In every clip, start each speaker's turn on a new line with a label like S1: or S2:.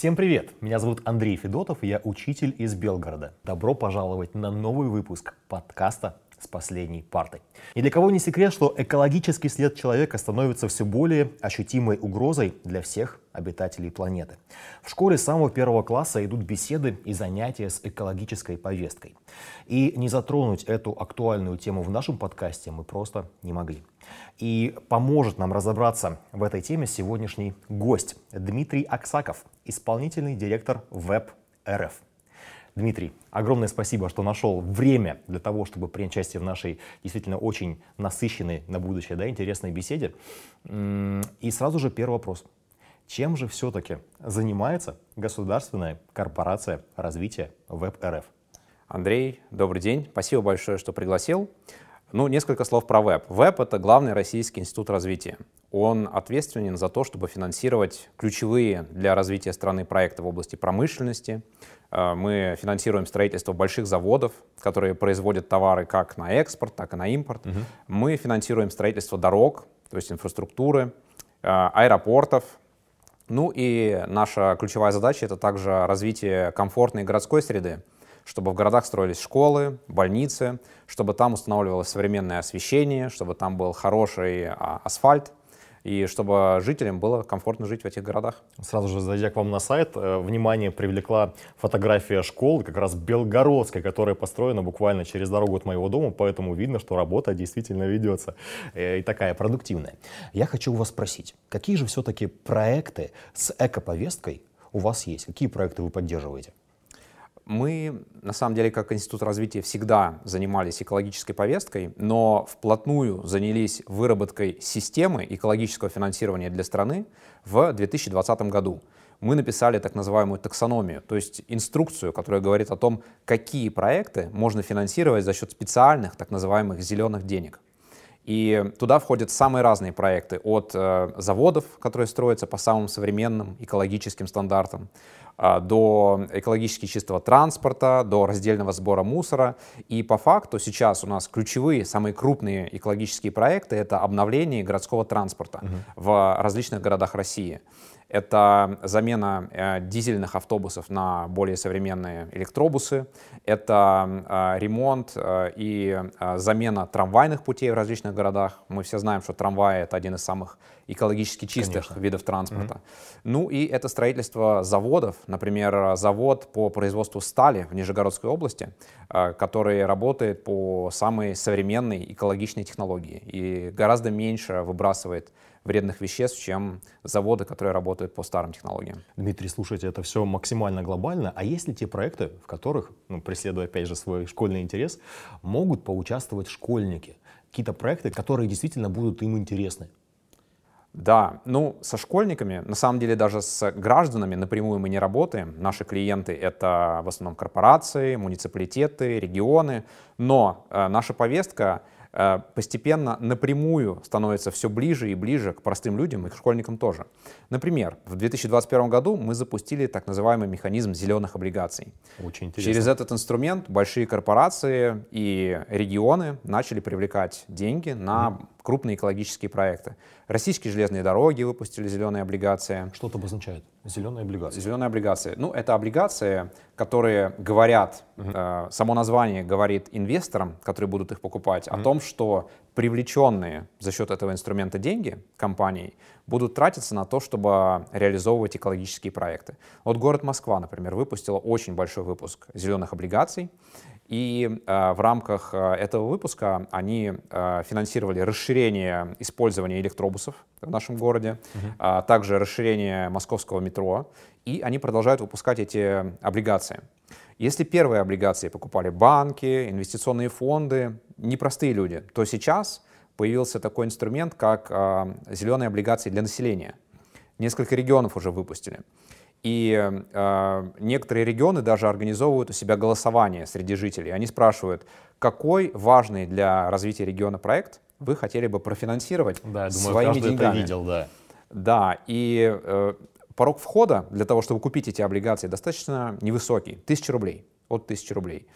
S1: Всем привет! Меня зовут Андрей Федотов, и я учитель из Белгорода. Добро пожаловать на новый выпуск подкаста «С последней партой». Ни для кого не секрет, что экологический след человека становится все более ощутимой угрозой для всех обитателей планеты. В школе с самого первого класса идут беседы и занятия с экологической повесткой. И не затронуть эту актуальную тему в нашем подкасте мы просто не могли. И поможет нам разобраться в этой теме сегодняшний гость Дмитрий Аксаков, исполнительный директор ВЭБ.РФ. Дмитрий, огромное спасибо, что нашел время для того, чтобы принять участие в нашей действительно очень насыщенной на будущее, интересной беседе. И сразу же первый вопрос. Чем же все-таки занимается государственная корпорация развития ВЭБ.РФ?
S2: Андрей, добрый день. Спасибо большое, что пригласил. Несколько слов про ВЭБ. ВЭБ — это главный российский институт развития. Он ответственен за то, чтобы финансировать ключевые для развития страны проекты в области промышленности. Мы финансируем строительство больших заводов, которые производят товары как на экспорт, так и на импорт. Мы финансируем строительство дорог, то есть инфраструктуры, аэропортов. И наша ключевая задача — это также развитие комфортной городской среды, чтобы в городах строились школы, больницы, чтобы там устанавливалось современное освещение, чтобы там был хороший асфальт, и чтобы жителям было комфортно жить в этих городах.
S1: Сразу же, зайдя к вам на сайт, внимание привлекла фотография школы, как раз Белгородской, которая построена буквально через дорогу от моего дома, поэтому видно, что работа действительно ведется и такая продуктивная. Я хочу у вас спросить, какие же все-таки проекты с экоповесткой у вас есть? Какие проекты вы поддерживаете?
S2: Мы, на самом деле, как Институт развития всегда занимались экологической повесткой, но вплотную занялись выработкой системы экологического финансирования для страны в 2020 году. Мы написали так называемую таксономию, то есть инструкцию, которая говорит о том, какие проекты можно финансировать за счет специальных так называемых зеленых денег. И туда входят самые разные проекты, от заводов, которые строятся по самым современным экологическим стандартам, до экологически чистого транспорта, до раздельного сбора мусора. И по факту сейчас у нас ключевые, самые крупные экологические проекты — это обновление городского транспорта в различных городах России. Это замена дизельных автобусов на более современные электробусы, это ремонт и замена трамвайных путей в различных городах. Мы все знаем, что трамваи — это один из самых экологически чистых видов транспорта. И это строительство заводов, например, завод по производству стали в Нижегородской области, который работает по самой современной экологичной технологии и гораздо меньше выбрасывает вредных веществ, чем заводы, которые работают по старым технологиям.
S1: Дмитрий, слушайте, это все максимально глобально. А есть ли те проекты, в которых, преследуя опять же свой школьный интерес, могут поучаствовать школьники? Какие-то проекты, которые действительно будут им интересны?
S2: Да, со школьниками, на самом деле даже с гражданами напрямую мы не работаем. Наши клиенты — это в основном корпорации, муниципалитеты, регионы, но наша повестка постепенно напрямую становится все ближе и ближе к простым людям и к школьникам тоже. Например, в 2021 году мы запустили так называемый механизм зеленых облигаций.
S1: Очень интересно.
S2: Через этот инструмент большие корпорации и регионы начали привлекать деньги на крупные экологические проекты. Российские железные дороги выпустили зеленые облигации.
S1: Что это обозначает? Зеленые облигации?
S2: Зеленые облигации. Это облигации, которые говорят, само название говорит инвесторам, которые будут их покупать, о том, что привлеченные за счет этого инструмента деньги компаний будут тратиться на то, чтобы реализовывать экологические проекты. Город Москва, например, выпустила очень большой выпуск зеленых облигаций. И в рамках этого выпуска они финансировали расширение использования электробусов в нашем городе, также расширение московского метро, и они продолжают выпускать эти облигации. Если первые облигации покупали банки, инвестиционные фонды, непростые люди, то сейчас появился такой инструмент, как зеленые облигации для населения. Несколько регионов уже выпустили. И некоторые регионы даже организовывают у себя голосование среди жителей. Они спрашивают, какой важный для развития региона проект вы хотели бы профинансировать своими деньгами.
S1: Это видел, да.
S2: Да, и порог входа для того, чтобы купить эти облигации, достаточно невысокий, 1000 рублей, от 1000 рублей.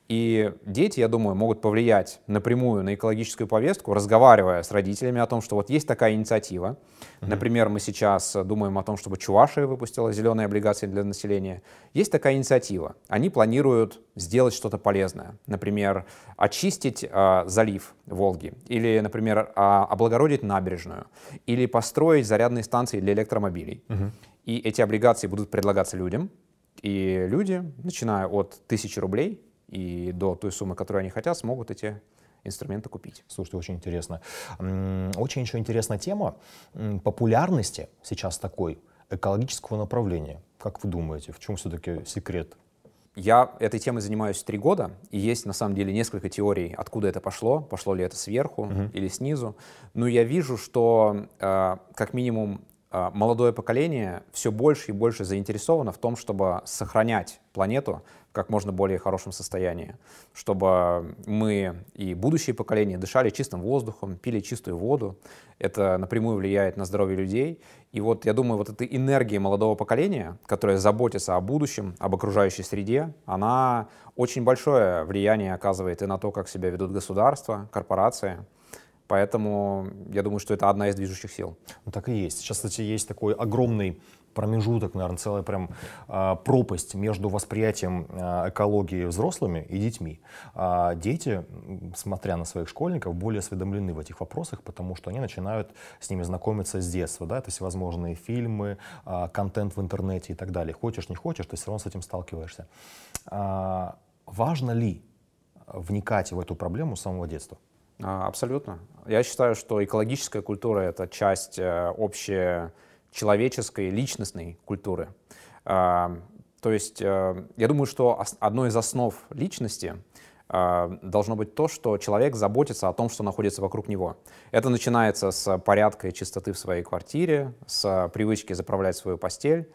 S2: И дети, я думаю, могут повлиять напрямую на экологическую повестку, разговаривая с родителями о том, что вот есть такая инициатива. Например, мы сейчас думаем о том, чтобы Чувашия выпустила зеленые облигации для населения. Есть такая инициатива. Они планируют сделать что-то полезное. Например, очистить залив Волги. Или, например, облагородить набережную. Или построить зарядные станции для электромобилей. И эти облигации будут предлагаться людям. И люди, начиная от 1000 рублей, и до той суммы, которую они хотят, смогут эти инструменты купить.
S1: Слушайте, очень интересно. Очень еще интересная тема популярности сейчас такой экологического направления. Как вы думаете, в чем все-таки секрет?
S2: Я этой темой занимаюсь 3 года, и есть на самом деле несколько теорий, откуда это пошло. Пошло ли это сверху или снизу. Но я вижу, что как минимум молодое поколение все больше и больше заинтересовано в том, чтобы сохранять планету в как можно более хорошем состоянии, чтобы мы и будущие поколения дышали чистым воздухом, пили чистую воду. Это напрямую влияет на здоровье людей. И вот я думаю, вот эта энергия молодого поколения, которая заботится о будущем, об окружающей среде, она очень большое влияние оказывает и на то, как себя ведут государства, корпорации. Поэтому я думаю, что это одна из движущих сил.
S1: Ну, так и есть. Сейчас, кстати, есть такой огромный промежуток, наверное, целая прям пропасть между восприятием экологии взрослыми и детьми. Дети, смотря на своих школьников, более осведомлены в этих вопросах, потому что они начинают с ними знакомиться с детства. Да? Это всевозможные фильмы, контент в интернете и так далее. Хочешь, не хочешь, ты все равно с этим сталкиваешься. Важно ли вникать в эту проблему с самого детства?
S2: Абсолютно. Я считаю, что экологическая культура — это часть общечеловеческой, личностной культуры. То есть я думаю, что одной из основ личности должно быть то, что человек заботится о том, что находится вокруг него. Это начинается с порядка и чистоты в своей квартире, с привычки заправлять свою постель.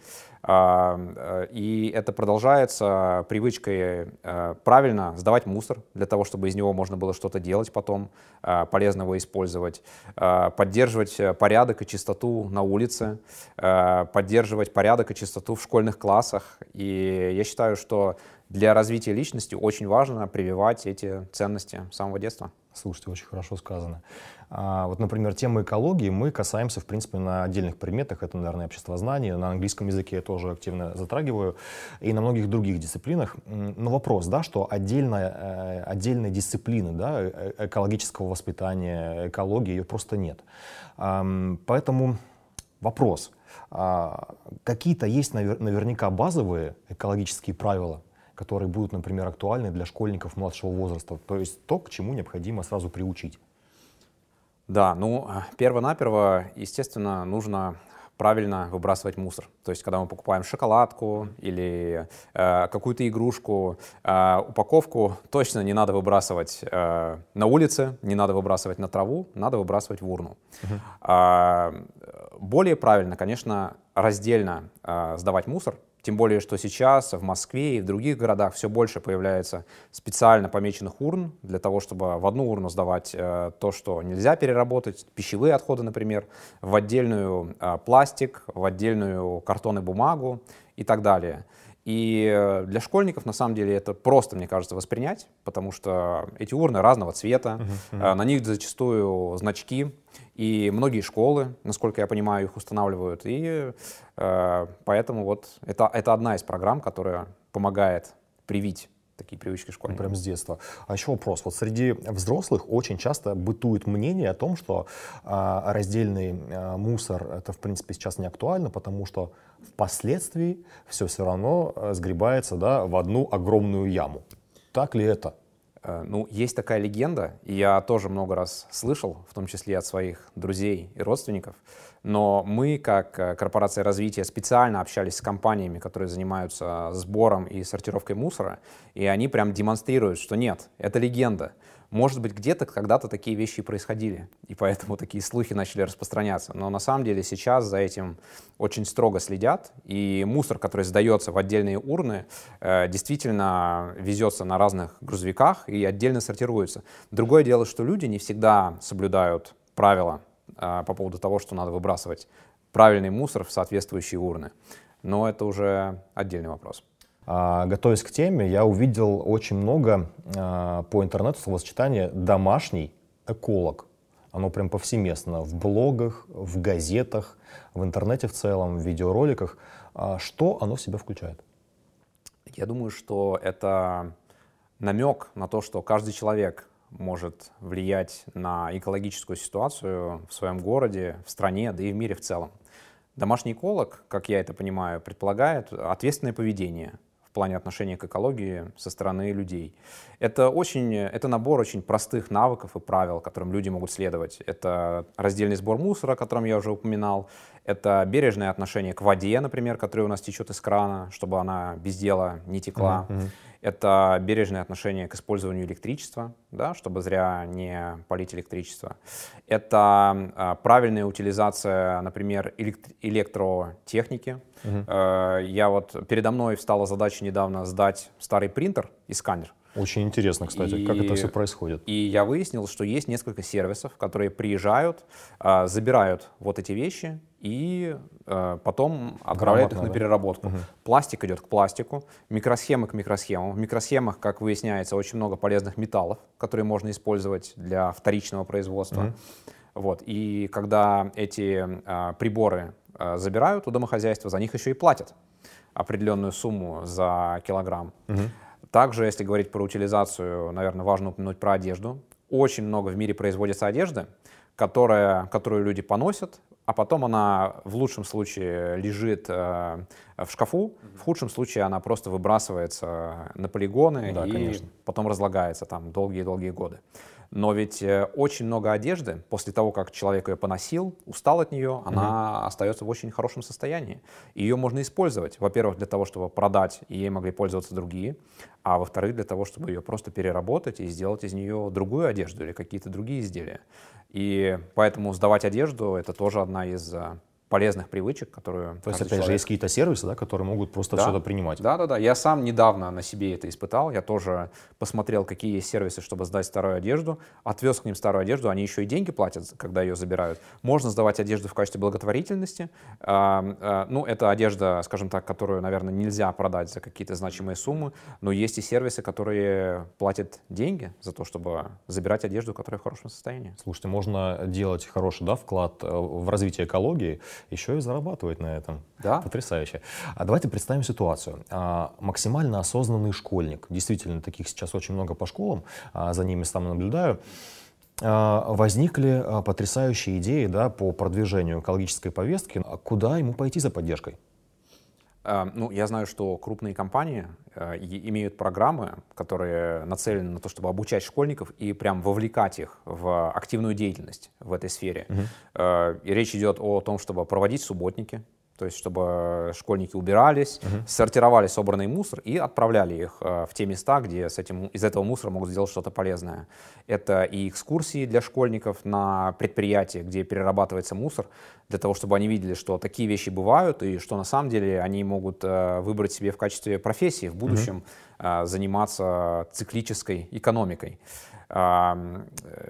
S2: И это продолжается привычкой правильно сдавать мусор, для того, чтобы из него можно было что-то делать потом, полезно его использовать, поддерживать порядок и чистоту на улице, поддерживать порядок и чистоту в школьных классах. И я считаю, что для развития личности очень важно прививать эти ценности с самого детства.
S1: Слушайте, очень хорошо сказано. Вот, например, тему экологии мы касаемся, в принципе, на отдельных предметах. Это, наверное, обществознание. На английском языке я тоже активно затрагиваю. И на многих других дисциплинах. Но вопрос, да, что отдельной дисциплины, да, экологического воспитания, экологии, ее просто нет. Поэтому вопрос. Какие-то есть наверняка базовые экологические правила, которые будут, например, актуальны для школьников младшего возраста, то есть то, к чему необходимо сразу приучить?
S2: Да, ну, перво-наперво, естественно, нужно правильно выбрасывать мусор. То есть, когда мы покупаем шоколадку или какую-то игрушку, упаковку точно не надо выбрасывать на улице, не надо выбрасывать на траву, надо выбрасывать в урну. Более правильно, конечно, раздельно сдавать мусор. Тем более, что сейчас в Москве и в других городах все больше появляется специально помеченных урн для того, чтобы в одну урну сдавать то, что нельзя переработать, пищевые отходы, например, в отдельную пластик, в отдельную картон и бумагу и так далее. И для школьников, на самом деле, это просто, мне кажется, воспринять, потому что эти урны разного цвета, на них зачастую значки, и многие школы, насколько я понимаю, их устанавливают. И поэтому вот это одна из программ, которая помогает привить такие привычки школьникам.
S1: Прям с детства. А еще вопрос. Вот среди взрослых очень часто бытует мнение о том, что раздельный мусор это в принципе сейчас не актуально, потому что впоследствии все равно сгребается, да, в одну огромную яму. Так ли это?
S2: Ну, есть такая легенда, и я тоже много раз слышал, в том числе от своих друзей и родственников, но мы, как корпорация развития, специально общались с компаниями, которые занимаются сбором и сортировкой мусора, и они прям демонстрируют, что нет, это легенда. Может быть, где-то когда-то такие вещи происходили, и поэтому такие слухи начали распространяться. Но на самом деле сейчас за этим очень строго следят, и мусор, который сдается в отдельные урны, действительно везется на разных грузовиках и отдельно сортируется. Другое дело, что люди не всегда соблюдают правила по поводу того, что надо выбрасывать правильный мусор в соответствующие урны. Но это уже отдельный вопрос.
S1: Готовясь к теме, я увидел очень много по интернету словосочетания «домашний эколог». Оно прям повсеместно в блогах, в газетах, в интернете в целом, в видеороликах. Что оно в себя включает?
S2: Я думаю, что это намек на то, что каждый человек может влиять на экологическую ситуацию в своем городе, в стране, да и в мире в целом. Домашний эколог, как я это понимаю, предполагает ответственное поведение в плане отношения к экологии со стороны людей. Это набор очень простых навыков и правил, которым люди могут следовать. Это раздельный сбор мусора, о котором я уже упоминал. Это бережное отношение к воде, например, которая у нас течет из крана, чтобы она без дела не текла. Это бережное отношение к использованию электричества, да, чтобы зря не палить электричество. Это правильная утилизация, например, электротехники. Я вот передо мной встала задача недавно сдать старый принтер и сканер.
S1: Очень интересно, кстати, как это все происходит.
S2: И я выяснил, что есть несколько сервисов, которые приезжают, забирают вот эти вещи и потом отправляют их на переработку. Пластик идет к пластику, микросхемы к микросхемам. В микросхемах, как выясняется, очень много полезных металлов, которые можно использовать для вторичного производства. Вот. И когда эти приборы забирают у домохозяйства, за них еще и платят определенную сумму за килограмм. Также, если говорить про утилизацию, наверное, важно упомянуть про одежду. Очень много в мире производится одежды, которую люди поносят, а потом она в лучшем случае лежит в шкафу, в худшем случае она просто выбрасывается на полигоны,
S1: да,
S2: и
S1: конечно,
S2: потом разлагается там долгие-долгие годы. Но ведь очень много одежды, после того, как человек ее поносил, устал от нее, она остается в очень хорошем состоянии. Ее можно использовать, во-первых, для того, чтобы продать, и ей могли пользоваться другие, а во-вторых, для того, чтобы ее просто переработать и сделать из нее другую одежду или какие-то другие изделия. И поэтому сдавать одежду — это тоже одна из полезных привычек, которые...
S1: То есть, опять же, есть какие-то сервисы, да, которые могут просто все это принимать?
S2: Да. Я сам недавно на себе это испытал. Я тоже посмотрел, какие есть сервисы, чтобы сдать старую одежду. Отвез к ним старую одежду. Они еще и деньги платят, когда ее забирают. Можно сдавать одежду в качестве благотворительности. Ну, это одежда, скажем так, которую, наверное, нельзя продать за какие-то значимые суммы. Но есть и сервисы, которые платят деньги за то, чтобы забирать одежду, которая в хорошем состоянии.
S1: Слушайте, можно делать хороший, да, вклад в развитие экологии, еще и зарабатывать на этом.
S2: Да.
S1: Потрясающе. А давайте представим ситуацию. Максимально осознанный школьник, действительно, таких сейчас очень много по школам, за ними сам наблюдаю, возникли потрясающие идеи, да, по продвижению экологической повестки. Куда ему пойти за поддержкой?
S2: Ну, я знаю, что крупные компании имеют программы, которые нацелены на то, чтобы обучать школьников и прям вовлекать их в активную деятельность в этой сфере. И речь идет о том, чтобы проводить субботники, то есть чтобы школьники убирались, сортировали собранный мусор и отправляли их в те места, где из этого мусора могут сделать что-то полезное. Это и экскурсии для школьников на предприятия, где перерабатывается мусор, для того, чтобы они видели, что такие вещи бывают, и что на самом деле они могут выбрать себе в качестве профессии в будущем заниматься циклической экономикой. Так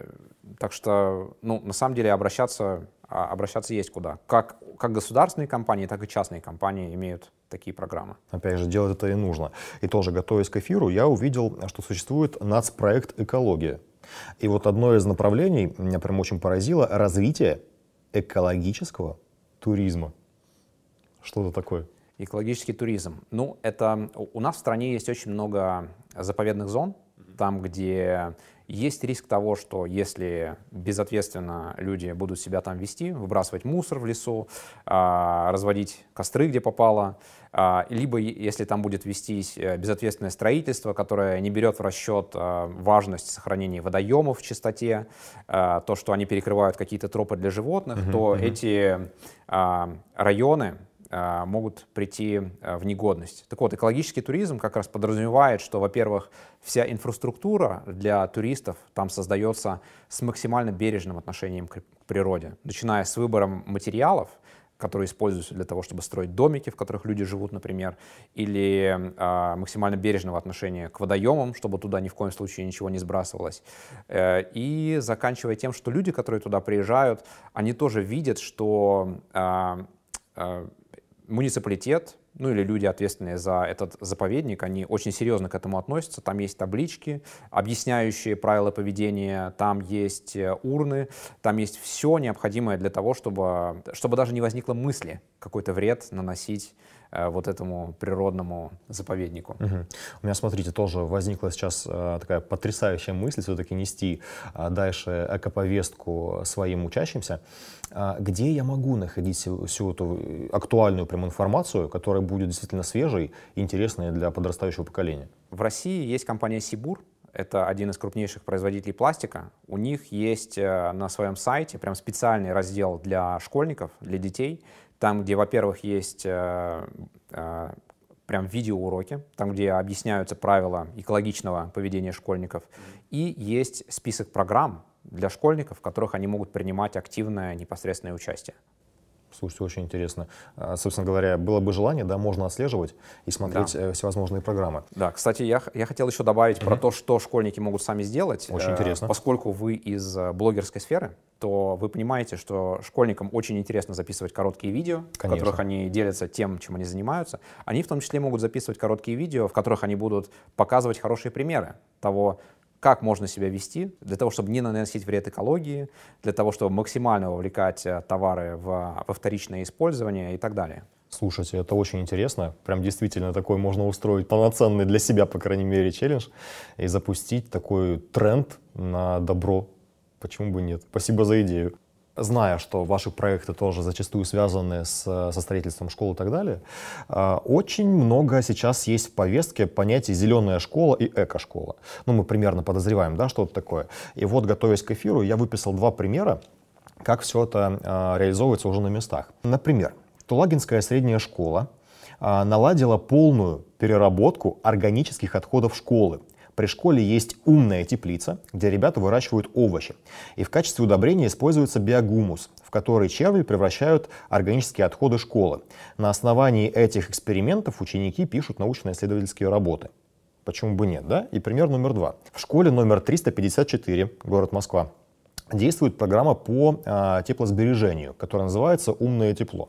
S2: что, ну, на самом деле обращаться есть куда. Как государственные компании, так и частные компании имеют такие программы.
S1: Опять же, делать это и нужно. И тоже, готовясь к эфиру, я увидел, что существует нацпроект «Экология». И вот одно из направлений меня прям очень поразило — развитие экологического туризма. Что это такое?
S2: Экологический туризм. Ну, это у нас в стране есть очень много заповедных зон, там, где есть риск того, что если безответственно люди будут себя там вести, выбрасывать мусор в лесу, разводить костры, где попало, либо если там будет вестись безответственное строительство, которое не берет в расчет важность сохранения водоемов в чистоте, то, что они перекрывают какие-то тропы для животных, то эти районы могут прийти в негодность. Так вот, экологический туризм как раз подразумевает, что, во-первых, вся инфраструктура для туристов там создается с максимально бережным отношением к природе, начиная с выбором материалов, которые используются для того, чтобы строить домики, в которых люди живут, например, или максимально бережного отношения к водоемам, чтобы туда ни в коем случае ничего не сбрасывалось. И заканчивая тем, что люди, которые туда приезжают, они тоже видят, что муниципалитет ну или люди, ответственные за этот заповедник, они очень серьезно к этому относятся. Там есть таблички, объясняющие правила поведения, там есть урны, там есть все необходимое для того, чтобы даже не возникло мысли какой-то вред наносить вот этому природному заповеднику.
S1: У меня, смотрите, тоже возникла сейчас такая потрясающая мысль все-таки нести дальше экоповестку своим учащимся. Где я могу находить всю эту актуальную прям информацию, которая будет действительно свежей и интересной для подрастающего поколения?
S2: В России есть компания Сибур. Это один из крупнейших производителей пластика. У них есть на своем сайте прям специальный раздел для школьников, для детей, там, где, во-первых, есть прям видеоуроки, там, где объясняются правила экологичного поведения школьников, и есть список программ для школьников, в которых они могут принимать активное непосредственное участие.
S1: Слушайте, очень интересно. Собственно говоря, было бы желание, да, можно отслеживать и смотреть всевозможные программы.
S2: Да, кстати, я хотел еще добавить про то, что школьники могут сами сделать.
S1: Очень интересно.
S2: Поскольку вы из блогерской сферы, то вы понимаете, что школьникам очень интересно записывать короткие видео, в которых они делятся тем, чем они занимаются. Они в том числе могут записывать короткие видео, в которых они будут показывать хорошие примеры того, как можно себя вести для того, чтобы не наносить вред экологии, для того, чтобы максимально вовлекать товары во вторичное использование и так далее.
S1: Слушайте, это очень интересно. Прям действительно такой можно устроить полноценный для себя, по крайней мере, челлендж и запустить такой тренд на добро. Почему бы нет? Спасибо за идею. Зная, что ваши проекты тоже зачастую связаны со строительством школ и так далее, очень много сейчас есть в повестке понятий «зеленая школа» и «эко-школа». Ну, мы примерно подозреваем, да, что это такое. И вот, готовясь к эфиру, я выписал два примера, как все это реализовывается уже на местах. Например, Тулагинская средняя школа наладила полную переработку органических отходов школы. При школе есть умная теплица, где ребята выращивают овощи. И в качестве удобрения используется биогумус, в который черви превращают органические отходы школы. На основании этих экспериментов ученики пишут научно-исследовательские работы. Почему бы нет, да? И пример номер два. В школе номер 354, город Москва, действует программа по теплосбережению, которая называется «Умное тепло».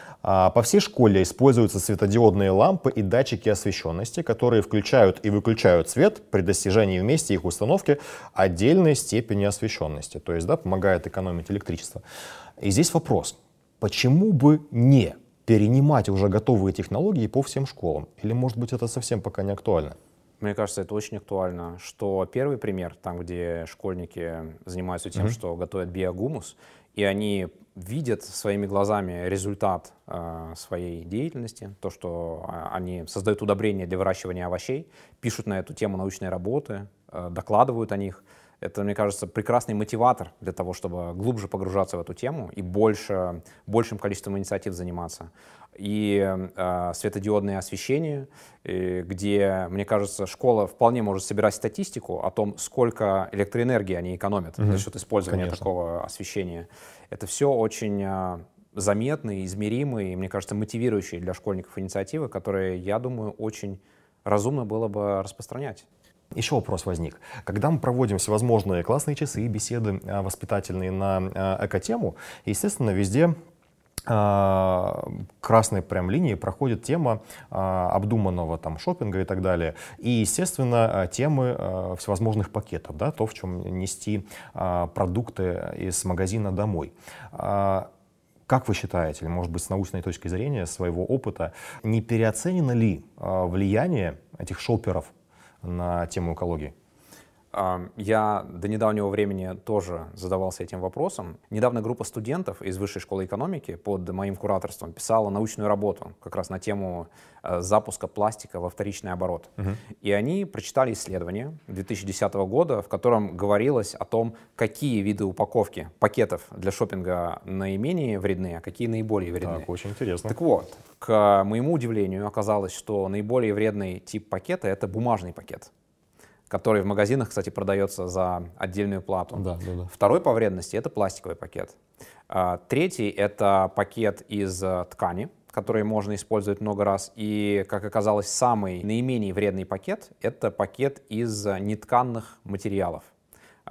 S1: По всей школе используются светодиодные лампы и датчики освещенности, которые включают и выключают свет при достижении в месте их установки отдельной степени освещенности, то есть, да, помогает экономить электричество. И здесь вопрос, почему бы не перенимать уже готовые технологии по всем школам? Или, может быть, это совсем пока не актуально?
S2: Мне кажется, это очень актуально, что первый пример, там, где школьники занимаются тем, что готовят биогумус, и они видят своими глазами результат своей деятельности, то, что они создают удобрения для выращивания овощей, пишут на эту тему научные работы, докладывают о них. Это, мне кажется, прекрасный мотиватор для того, чтобы глубже погружаться в эту тему и большим количеством инициатив заниматься. И светодиодное освещение, где, мне кажется, школа вполне может собирать статистику о том, сколько электроэнергии они экономят за счет использования такого освещения. Это все очень заметные, измеримые и, мне кажется, мотивирующие для школьников инициативы, которые, я думаю, очень разумно было бы распространять.
S1: Еще вопрос возник. Когда мы проводим всевозможные классные часы, беседы воспитательные на эко-тему, естественно, везде красной прям линией проходит тема обдуманного там шопинга и так далее. И, естественно, темы всевозможных пакетов, да, то, в чем нести продукты из магазина домой. Как вы считаете, или, может быть, с научной точки зрения, своего опыта, не переоценено ли влияние этих шоперов на тему экологии?
S2: Я до недавнего времени тоже задавался этим вопросом. Недавно группа студентов из Высшей школы экономики под моим кураторством писала научную работу как раз на тему запуска пластика во вторичный оборот. И они прочитали исследование 2010 года, в котором говорилось о том, какие виды упаковки пакетов для шопинга наименее вредны, а какие наиболее вредны.
S1: Так, очень интересно.
S2: Так вот, к моему удивлению оказалось, что наиболее вредный тип пакета — это бумажный пакет, который в магазинах, кстати, продается за отдельную плату.
S1: Да.
S2: Второй по вредности — это пластиковый пакет. Третий — это пакет из ткани, который можно использовать много раз. И, как оказалось, самый наименее вредный пакет — это пакет из нетканных материалов.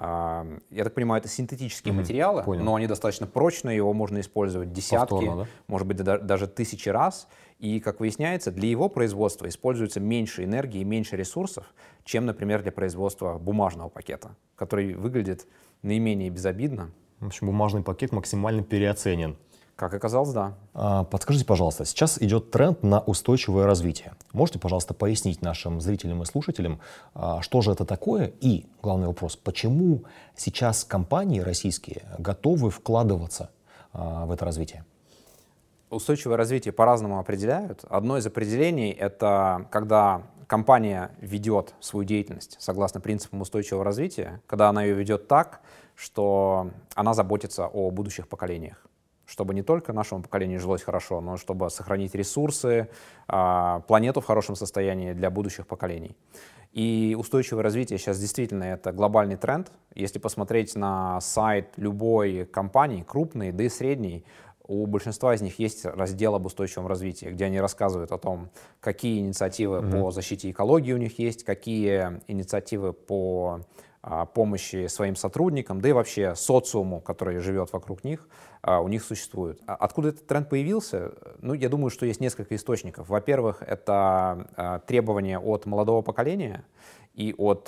S2: Я так понимаю, это синтетические материалы, но они достаточно прочные, его можно использовать десятки, может быть, даже тысячи раз. И, как выясняется, для его производства используется меньше энергии, меньше ресурсов, чем, например, для производства бумажного пакета, который выглядит наименее безобидно.
S1: В общем, бумажный пакет максимально переоценен.
S2: Как оказалось, да.
S1: Подскажите, пожалуйста, сейчас идет тренд на устойчивое развитие. Можете, пожалуйста, пояснить нашим зрителям и слушателям, что же это такое? И, главный вопрос, почему сейчас компании российские готовы вкладываться в это развитие?
S2: Устойчивое развитие по-разному определяют. Одно из определений — это когда компания ведет свою деятельность согласно принципам устойчивого развития, когда она ее ведет так, что она заботится о будущих поколениях, чтобы не только нашему поколению жилось хорошо, но чтобы сохранить ресурсы, планету в хорошем состоянии для будущих поколений. И устойчивое развитие сейчас действительно это глобальный тренд. Если посмотреть на сайт любой компании, крупной, да и средней, у большинства из них есть раздел об устойчивом развитии, где они рассказывают о том, какие инициативы по защите экологии у них есть, какие инициативы по помощи своим сотрудникам, да и вообще социуму, который живет вокруг них, у них существует. Откуда этот тренд появился? Ну, я думаю, что есть несколько источников. Во-первых, это требования от молодого поколения и от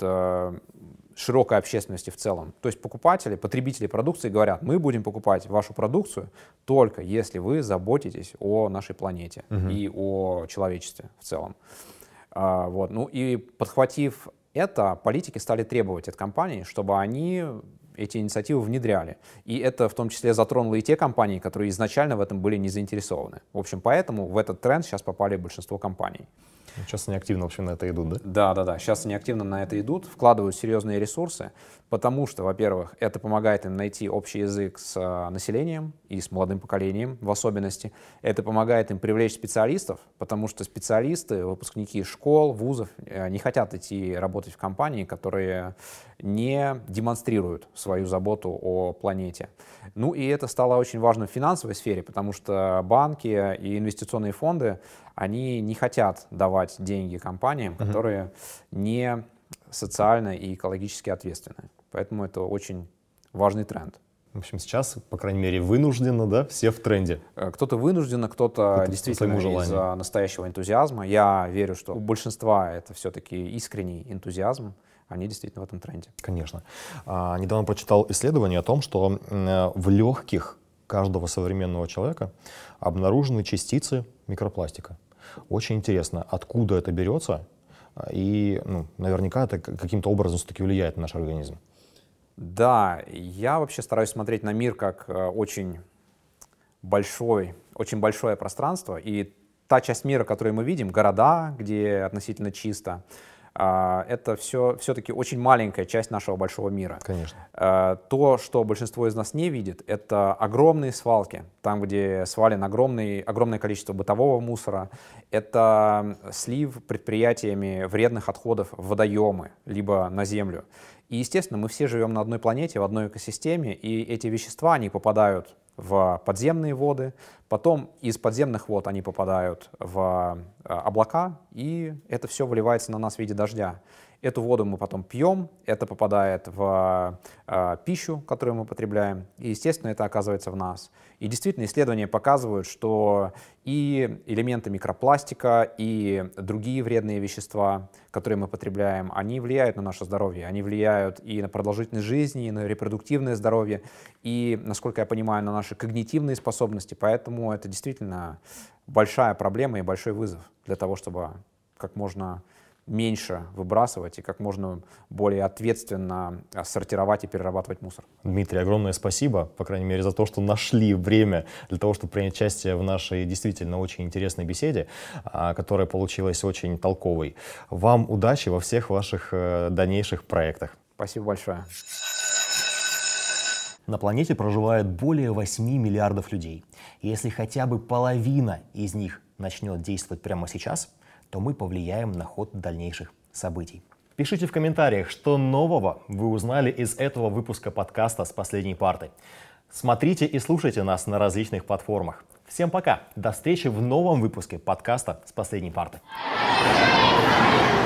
S2: широкой общественности в целом. То есть покупатели, потребители продукции говорят, мы будем покупать вашу продукцию только если вы заботитесь о нашей планете и о человечестве в целом. Вот. Ну и подхватив это, политики стали требовать от компаний, чтобы они эти инициативы внедряли. И это в том числе затронуло и те компании, которые изначально в этом были не заинтересованы. В общем, поэтому в этот тренд сейчас попали большинство компаний.
S1: Сейчас они активно вообще на это идут, да?
S2: Да. Сейчас они активно на это идут, вкладывают серьезные ресурсы, потому что, во-первых, это помогает им найти общий язык с населением и с молодым поколением в особенности. Это помогает им привлечь специалистов, потому что специалисты, выпускники школ, вузов не хотят идти работать в компании, которые не демонстрируют свою заботу о планете. Ну и это стало очень важно в финансовой сфере, потому что банки и инвестиционные фонды, они не хотят давать деньги компаниям, которые не социально и экологически ответственны. Поэтому это очень важный тренд.
S1: В общем, сейчас, по крайней мере, вынужденно, да, все в тренде.
S2: Кто-то вынужденно, кто-то действительно из-за настоящего энтузиазма. Я верю, что у большинства это все-таки искренний энтузиазм. Они действительно в этом тренде.
S1: Конечно. Недавно прочитал исследование о том, что в легких каждого современного человека обнаружены частицы микропластика. Очень интересно, откуда это берется, и наверняка это каким-то образом все-таки влияет на наш организм.
S2: Да, я вообще стараюсь смотреть на мир как очень большое пространство, и та часть мира, которую мы видим, города, где относительно чисто, это все-таки очень маленькая часть нашего большого мира.
S1: Конечно.
S2: То, что большинство из нас не видит, это огромные свалки, там, где свалено огромное количество бытового мусора. Это слив предприятиями вредных отходов в водоемы, либо на землю. И, естественно, мы все живем на одной планете, в одной экосистеме, и эти вещества, они попадают в подземные воды, потом из подземных вод они попадают в облака, и это все выливается на нас в виде дождя. Эту воду мы потом пьем, это попадает в пищу, которую мы потребляем, и, естественно, это оказывается в нас. И действительно, исследования показывают, что и элементы микропластика, и другие вредные вещества, которые мы потребляем, они влияют на наше здоровье, они влияют и на продолжительность жизни, и на репродуктивное здоровье, и, насколько я понимаю, на наши когнитивные способности. Поэтому это действительно большая проблема и большой вызов для того, чтобы как можно меньше выбрасывать и как можно более ответственно сортировать и перерабатывать мусор.
S1: Дмитрий, огромное спасибо, по крайней мере, за то, что нашли время для того, чтобы принять участие в нашей действительно очень интересной беседе, которая получилась очень толковой. Вам удачи во всех ваших дальнейших проектах.
S2: Спасибо большое.
S1: На планете проживает более 8 миллиардов людей. И если хотя бы половина из них начнет действовать прямо сейчас, то мы повлияем на ход дальнейших событий. Пишите в комментариях, что нового вы узнали из этого выпуска подкаста «С последней партой». Смотрите и слушайте нас на различных платформах. Всем пока! До встречи в новом выпуске подкаста «С последней парты».